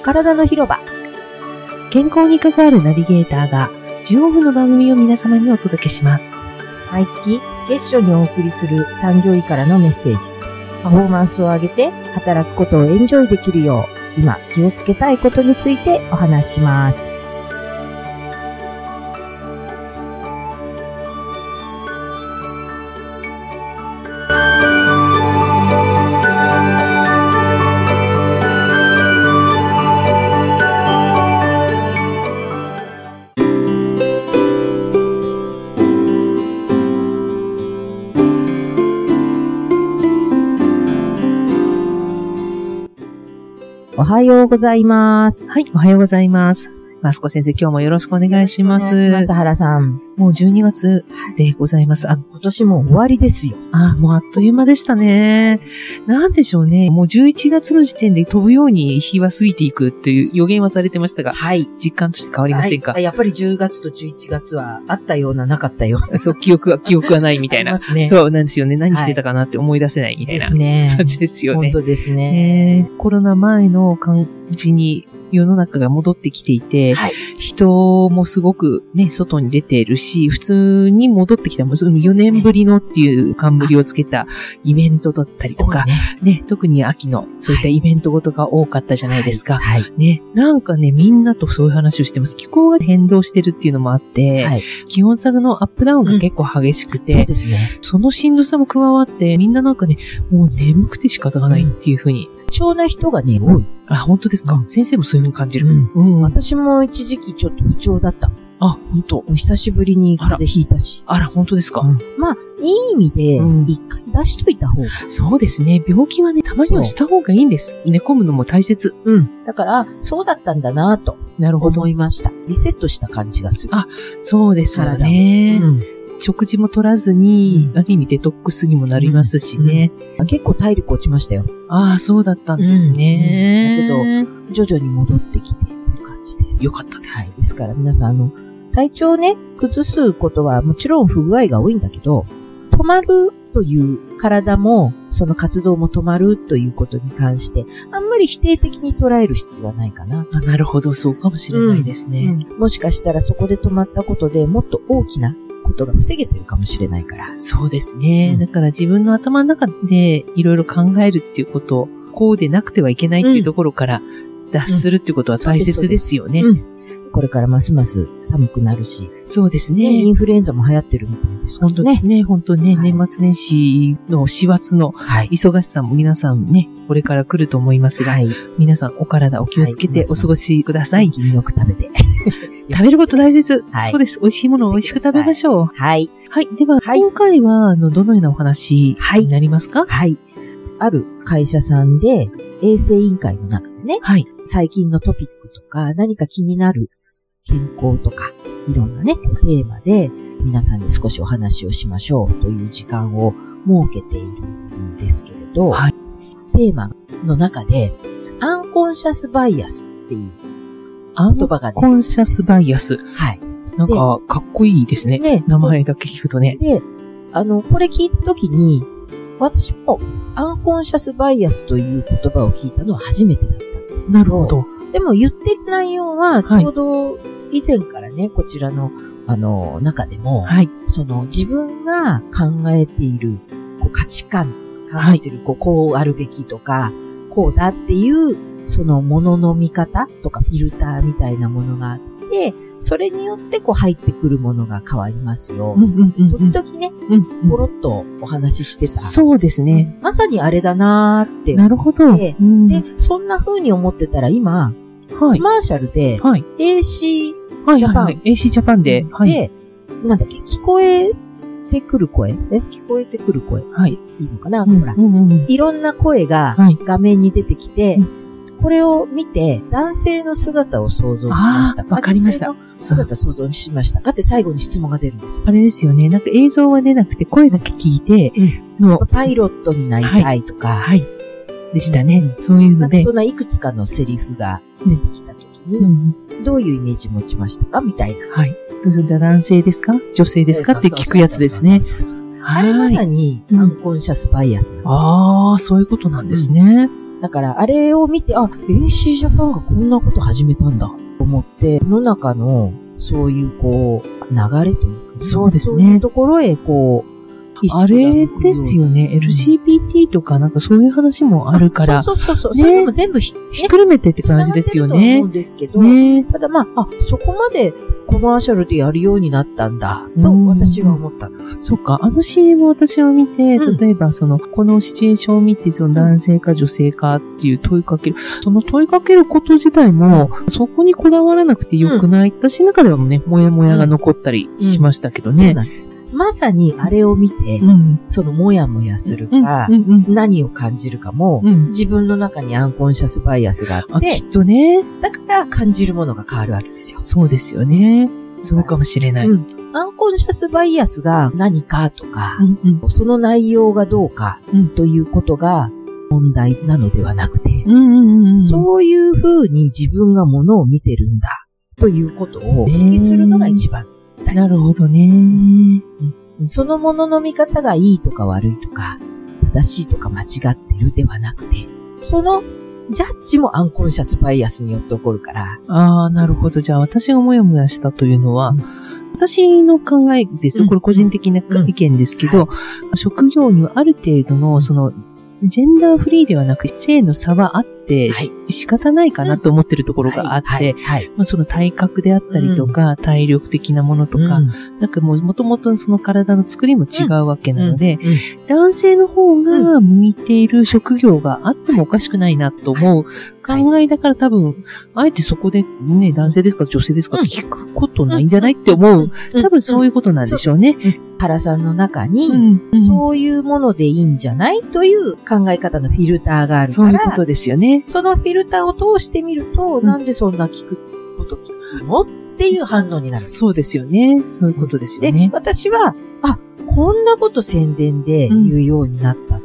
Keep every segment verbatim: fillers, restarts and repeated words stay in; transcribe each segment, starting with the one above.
体の広場。 健康に関わるナビゲーターがじゅうごふんの番組を皆様にお届けします。 毎月月初にお送りする産業医からのメッセージ。パフォーマンスを上げて働くことをエンジョイできるよう、今気をつけたいことについてお話しします。おはようございます。 はい、おはようございます。マスコ先生、今日もよろしくお願いします。 お願いします、原さん。 もうじゅうにがつでございます。あ、 今年も終わりですよ。 あ、もうあっという間でしたね。なんでしょうね。もうじゅういちがつの時点で飛ぶように日は過ぎていくという予言はされてましたが、はい。実感として変わりませんか？ はい、やっぱりじゅうがつとじゅういちがつはあったような、なかったような。 そう、記憶は、記憶はないみたいな。 ますね。 そうなんですよね。何してたかなって思い出せないみたいな感じですよね。 本当ですね。 えー、コロナ前の感じに、世の中が戻ってきていて、はい、人もすごくね、外に出ているし、普通に戻ってきた、よねんぶりのっていう冠をつけたイベントだったりとか、ね, ね、特に秋のそういったイベントごとが多かったじゃないですか。はいはい、ね、なんかね、みんなとそういう話をしてます。気候が変動してるっていうのもあって、はい、気温差のアップダウンが結構激しくて、うん、そうですね、そのしんどさも加わって、みんななんかね、もう眠くて仕方がないっていうふうに、 不調な人がね、多い。 あ、本当ですか、うん、先生もそういう風に感じる、 うんうん、私も一時期ちょっと不調だった。 あ、本当。 久しぶりに風邪ひいたし。 あら、本当ですか、 うん、まあ、いい意味で、一回出しといた方が、 うん。そうですね。病気はね、たまにはした方がいいんです。寝込むのも大切。 うん。だから、そうだったんだなぁと。なるほど。思いました。リセットした感じがする。 あ、そうですよね。うん、食事も取らずに、うん、ある意味デトックスにもなりますしね。 うん、結構体力落ちましたよ。 ああ、そうだったんですね。 うんうん、だけど、徐々に戻ってきている感じです。 よかったです。 はい。ですから皆さん、あの、体調をね、崩すことはもちろん不具合が多いんだけど、止まるという体も、その活動も止まるということに関して、あんまり否定的に捉える必要はないかな。 あ、なるほど、そうかもしれないですね、 うんうん。もしかしたらそこで止まったことでもっと大きなことが防げてるかもしれないから。 そうですね。うん、だから自分の頭の中でいろいろ考えるっていうことを、こうでなくてはいけないっていうところから脱するっていうことは大切ですよね。 うんうん、これからますます寒くなるし。 そうですね。 インフルエンザも流行ってるみたいですからね。 本当ですね。本当ね、はい、年末年始の師走の忙しさも皆さんね、これから来ると思いますが、はい、皆さんお体お気をつけてお過ごしください。 よく食べて。 食べること大切、はい。そうです。美味しいものを美味しく食べましょう。 はい。 はい。では、はい、今回は、あの、どのようなお話になりますか？ はい。はい、ある会社さんで、衛生委員会の中でね、はい、最近のトピックとか、何か気になる健康とか、いろんなね、テーマで、皆さんで少しお話をしましょうという時間を設けているんですけれど、はい、テーマの中で、アンコンシャスバイアスっていう言葉がね。 アンコンシャスバイアス。 はい。 なんか、かっこいいですね。ね。名前だけ聞くとね。 で、あの、これ聞いたときに、私もアンコンシャスバイアスという言葉を聞いたのは初めてだったんですけど。 なるほど。 でも言ってる内容は、ちょうど以前からね、はい、こちらの、あの、中でも、はい、その自分が考えているこう価値観、考えているこう、こうあるべきとか、こうだっていう、そのものの見方とかフィルターみたいなものがあって、それによってこう入ってくるものが変わりますよ。時々ね、ポロッとお話ししてた。 そうですね。 まさにあれだなーって。 なるほど。 で、うん、でそんな風に思ってたら今、はい、コマーシャルで、はい、エーシー ジャパン、はいはいはい、 エーシー ジャパンで、はい、 で、なんだっけ、聞こえてくる声え聞こえてくる声、はい、いいのかな、うん、ほら、うんうんうん、いろんな声が画面に出てきて、はい、これを見て、男性の姿を想像しましたか？ わかりました。 女性の姿想像しましたかって最後に質問が出るんですよ。 あれですよね。なんか映像は出なくて声だけ聞いて、 うん、のパイロットになりたいとか、 はい、はい、でしたね、うん。そういうので。 そんないくつかのセリフが出てきたときに、うん、どういうイメージ持ちましたかみたいな。 はい。どうするんだ、男性ですか女性ですかって聞くやつですね。 あれまさにアンコンシャスバイアスなんです。 ああ、そういうことなんですね。 だだからあれを見て、あ、エーシー ジャパンがこんなこと始めたんだと思って、世の中のそういうこう、流れというか、 そうですね。 そういうところへこう、 あれですよね。エルジービーティー とかなんかそういう話もあるから。 そうそうそうそう。ね、それでも全部ひ、 ひっくるめてって感じですよね。 そうですけど、ね、ただまあ、あ、そこまでコマーシャルでやるようになったんだ、と私は思ったんですよ。 そっか。あの シーエム を私は見て、例えばその、このシチュエーションを見て、その男性か女性かっていう問いかける。その問いかけること自体も、そこにこだわらなくてよくない。うん、私の中ではね、もやもやが残ったりしましたけどね。 うんうん、そうなんですよ。まさにあれを見て、うん、そのもやもやするか、うんうんうん、何を感じるかも、うん、自分の中にアンコンシャスバイアスがあって、 あ、きっとね。 だから感じるものが変わるわけですよ。 そうですよね。そうかもしれない。うん、 アンコンシャスバイアスが何かとか、うんうん、その内容がどうかということが問題なのではなくて、うんうんうん、そういうふうに自分がものを見てるんだということを意識するのが一番。 なるほどね、 うん。そのものの見方がいいとか悪いとか、正しいとか間違ってるではなくて、そのジャッジもアンコンシャスバイアスによって起こるから。 ああ、なるほど。じゃあ私がもやもやしたというのは、うん、私の考えですよ。これ個人的な意見ですけど、うんうんはい、職業にはある程度の、その、ジェンダーフリーではなく、性の差はあって、はい、仕方ないかなと思ってるところがあって、はいはいはいまあ、その体格であったりとか、うん、体力的なものとか、うん、なんかもう元々その体の作りも違うわけなので、うんうんうん、男性の方が向いている職業があってもおかしくないなと思う考えだから多分、あえてそこでね、男性ですか女性ですかって聞くことないんじゃないって思う。多分そういうことなんでしょうね。 原さんの中に、うんうん、そういうものでいいんじゃないという考え方のフィルターがあるから。 そういうことですよね。 そのフィルターを通してみると、うん、なんでそんな聞くこと聞くのっていう反応になるんです。 そうですよね。そういうことですよね。 で、私は、あ、こんなこと宣伝で言うようになったって、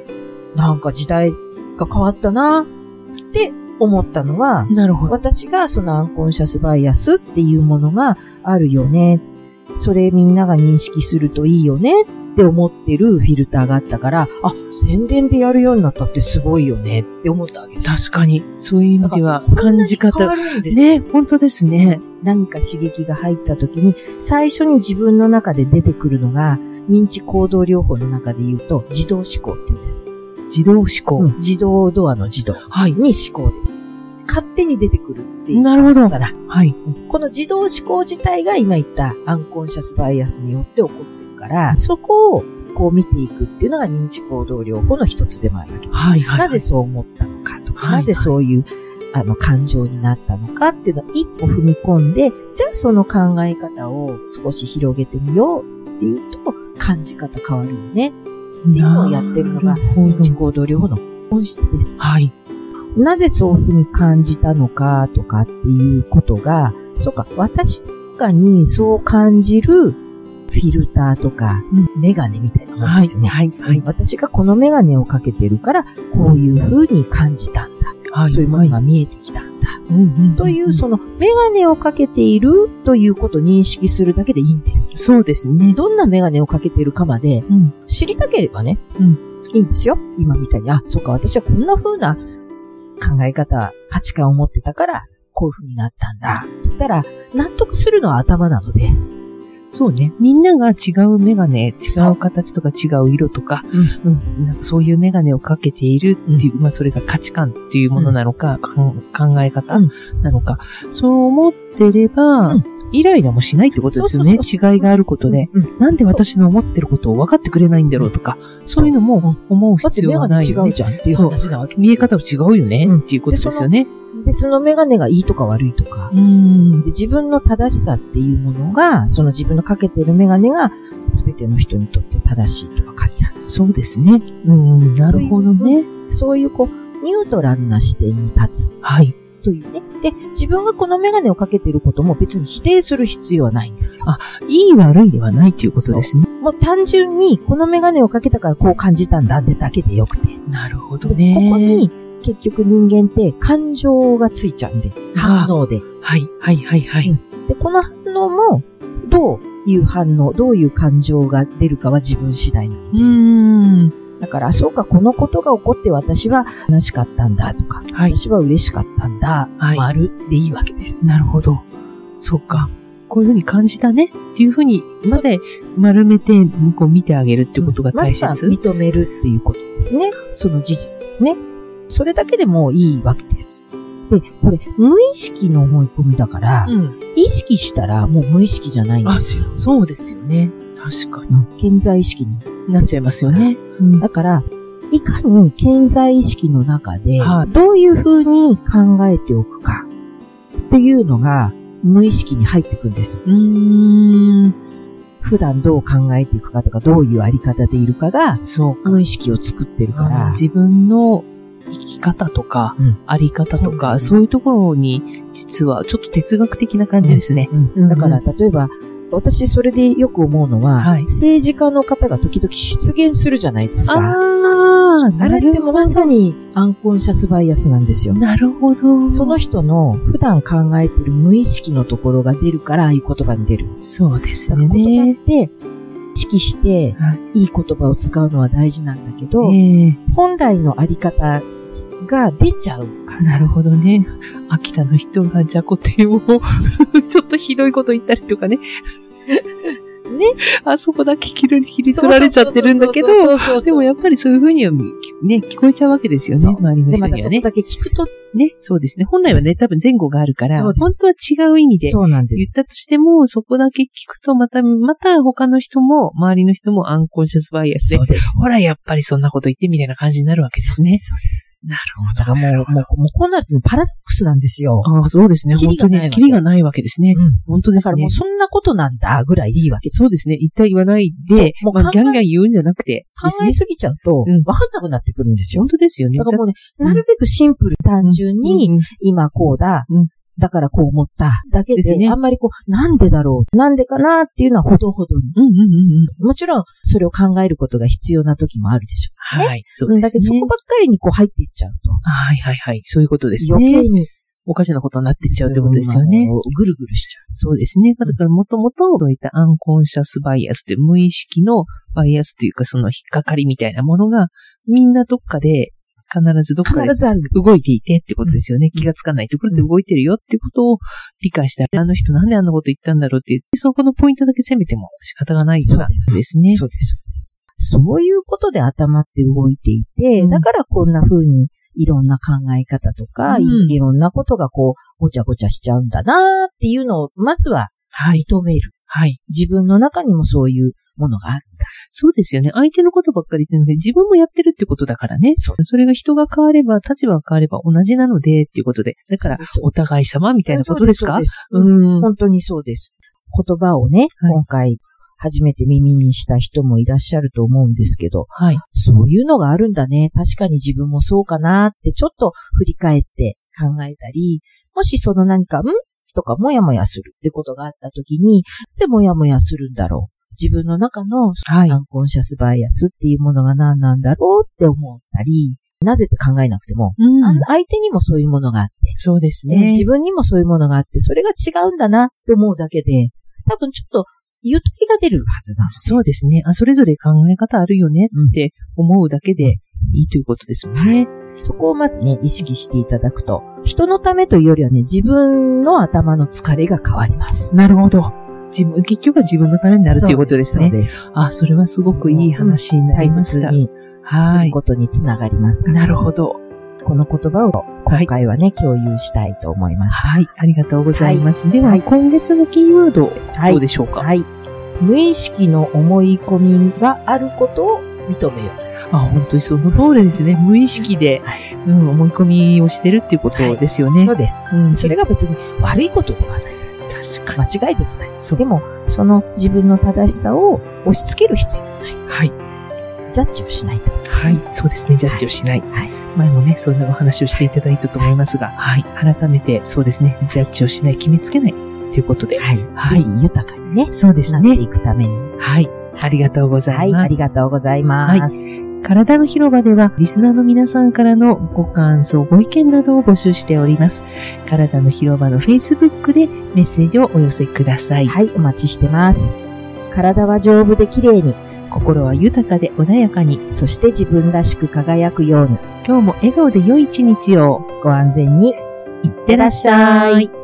うん、なんか時代が変わったなって思ったのは、 なるほど。 私がそのアンコンシャスバイアスっていうものがあるよね。それみんなが認識するといいよねって思ってるフィルターがあったから、あ、宣伝でやるようになったってすごいよねって思ったわけです。 確かに。そういう意味では感じ方。ね、本当ですね。 何か刺激が入った時に、最初に自分の中で出てくるのが、認知行動療法の中で言うと、自動思考って言うんです。 自動思考、うん、 自動ドアの自動に思考です。はい、勝手に出てくるっていう。 なるほど。はい。 この自動思考自体が今言ったアンコンシャスバイアスによって起こってるから、そこをこう見ていくっていうのが認知行動療法の一つでもあるわけです。はいはいはい、なぜそう思ったのかとか、はいはい、なぜそういうあの感情になったのかっていうのを一歩踏み込んで、じゃあその考え方を少し広げてみようっていうと感じ方変わるよねっていうのをやってるのが認知行動療法の本質です。 はい。 なぜそういうふうに感じたのかとかっていうことが、そうか、私の中にそう感じるフィルターとか、うん、メガネみたいなものですね。はい、はい、はい。私がこのメガネをかけてるから、こういうふうに感じたんだ。はい、そういうものが見えてきたんだ。はい、という、そのメガネをかけているということを認識するだけでいいんです。 そうですね。 どんなメガネをかけているかまで、うん、知りたければね、うん、いいんですよ。今みたいに、あ、そうか、私はこんな風な考え方、価値観を持ってたから、こういう風になったんだ。そしたら、納得するのは頭なので。 そうね。みんなが違うメガネ、違う形とか違う色とか、うんうん、なんかそういうメガネをかけているっていう、うん、まあそれが価値観っていうものなのか、うん、考え方なのか、うん、そう思ってれば、うん、イライラもしないってことですよね。そうそうそう違いがあることで、うんうん。なんで私の思ってることを分かってくれないんだろうとか、そういうのも思う必要はないよね。 だってメガネ違うじゃんっていう話なわけですよ。 見え方違うよね、うん、っていうことですよね。 別のメガネがいいとか悪いとか、うんで、自分の正しさっていうものが、その自分のかけているメガネが全ての人にとって正しいとは限らない。 そうですね。うん、なるほどね。 そういうこう、ニュートラルな視点に立つ。はい。というね。で、自分がこのメガネをかけていることも別に否定する必要はないんですよ。 あ、いい悪いではないということですね。 もう単純にこのメガネをかけたからこう感じたんだってだけでよくて。 なるほどね。 ここに、結局人間って感情がついちゃうんで、反応で。 はい、はい、はい、はい、うん。 で、この反応も、どういう反応、どういう感情が出るかは自分次第なので。うーん。 だから、そうか、このことが起こって私は悲しかったんだとか、はい、私は嬉しかったんだ、はい、丸でいいわけです。 なるほど。そうか。こういうふうに感じたねっていうふうにまで丸めて向こう見てあげるっていうことが大切。 まずは認めるっていうことですね。その事実をね。それだけでもいいわけです。で、これ、無意識の思い込みだから、うん、意識したらもう無意識じゃないんですよ。 そうですよね。確かに。 顕在意識になっちゃいますよね。 うん、だから、いかに顕在意識の中で、どういうふうに考えておくかっていうのが無意識に入ってくるんです。うーん、普段どう考えていくかとか、どういうあり方でいるかが、無意識を作ってるから。 自分の生き方とか、うん、あり方とか、うん、そういうところに、実はちょっと哲学的な感じですね。 うんうん、だから、例えば、私それでよく思うのは、はい、政治家の方が時々出現するじゃないですか。ああ、あれってもまさにアンコンシャスバイアスなんですよ。 なるほど。 その人の普段考えている無意識のところが出るから、ああいう言葉に出る。 そうですね。 言葉って意識していい言葉を使うのは大事なんだけど、えー、本来のあり方が出ちゃうから。 なるほどね。秋田の人がじゃこ天をちょっとひどいこと言ったりとかね。ね。あそこだけ切り取られちゃってるんだけど、でもやっぱりそういう風にはね、聞こえちゃうわけですよね。周りの人にはね。で、またそこだけ聞くと。 ね、そうですね。本来はね、多分前後があるから、本当は違う意味で言ったとしても、そこだけ聞くと、また、また他の人も、周りの人もアンコンシャスバイアスで、そうです。ほら、やっぱりそんなこと言ってみたいな感じになるわけですね。そうです。なるほど。 だからもう、もう、もうこうなるとパラドックスなんですよ。 ああ、そうですね。本当に。キリがないわけですね。うん、本当ですね。 だからもうそんなことなんだぐらいでいいわけです。 そうですね。一体言わないで、もうまあ、ギャンギャン言うんじゃなくて、 考えすぎちゃうと、分かんなくなってくるんですよ。 本当ですよね。 だからもうね、なるべくシンプル、単純に、今こうだ、うん、だからこう思っただけで、ですね、あんまりこう、なんでだろう、なんでかなっていうのはほどほどに。うんうんうんうん、もちろん、それを考えることが必要な時もあるでしょうね。はい、そうですね。だけどそこばっかりにこう入っていっちゃうと。 はいはいはい。そういうことですね。 余計に。 おかしなことになっていっちゃうということですよね。 ぐるぐるしちゃう。 そうですね。だからもともと、そういったアンコンシャスバイアスという無意識のバイアスというかその引っかかりみたいなものが、みんなどっかで、必ずどっかで動いていてってことですよね。気がつかないところで動いてるよってことを理解したら、あの人なんであんなこと言ったんだろうって言って、そこのポイントだけ攻めても仕方がないようなですね。 そうです。そうです。そういうことで頭って動いていて、うん、だからこんな風にいろんな考え方とか、うん、いろんなことがこう、ごちゃごちゃしちゃうんだなっていうのを、まずは認める。はい。自分の中にもそういうものがあるんだ。 そうですよね。相手のことばっかり言ってるので、自分もやってるってことだからね。そう。それが人が変われば、立場が変われば同じなので、っていうことで。だから、お互い様みたいなことですか？ そうです。うん。本当にそうです。言葉をね、はい、今回、初めて耳にした人もいらっしゃると思うんですけど、はい。そういうのがあるんだね。確かに自分もそうかなってちょっと振り返って考えたり、もしその何か、んとかもやもやするってことがあったときに、なぜもやもやするんだろう。自分の中のアンコンシャスバイアスっていうものが何なんだろうって思ったり、なぜって考えなくても、うん、相手にもそういうものがあって、 そうですね。 自分にもそういうものがあって、それが違うんだなって思うだけで、多分ちょっとゆとりが出るはずなんです。 そうですね。あ、それぞれ考え方あるよねって思うだけでいいということですもんね。 はい、そこをまずね、意識していただくと、人のためというよりはね、自分の頭の疲れが変わります。 なるほど。自分、結局は自分のためになるということですね。そうです。あ、それはすごくいい話になりました。大切にすることにつながりますから、 なるほど。 この言葉を今回はね、はい、共有したいと思いました。 はい、ありがとうございます。はい、では、はい、今月のキーワード、はい、どうでしょうか？はい。 無意識の思い込みがあることを認めよう。 あ、本当にその通りですね。無意識で、はい、うん、思い込みをしてるっていうことですよね。はい、 そうです、うん。それが別に悪いことではない。確かに。間違いでもない。でも、その自分の正しさを押し付ける必要はない。はい。ジャッジをしないと、ね。 はい。そうですね。ジャッジをしない。はい。前もね、そんなお話をしていただいたと思いますが、はい。改めて、そうですね。ジャッジをしない、決めつけない。ということで。はい。はい。豊かにね。 そうですね。 なっていくために。 はい。ありがとうございます。 はい。ありがとうございます。 はい。体の広場ではリスナーの皆さんからのご感想、ご意見などを募集しております。体の広場の Facebook でメッセージをお寄せください。 はい、お待ちしてます。体は丈夫で綺麗に、 心は豊かで穏やかに、 そして自分らしく輝くように。 今日も笑顔で良い一日を。 ご安全に。 いってらっしゃい。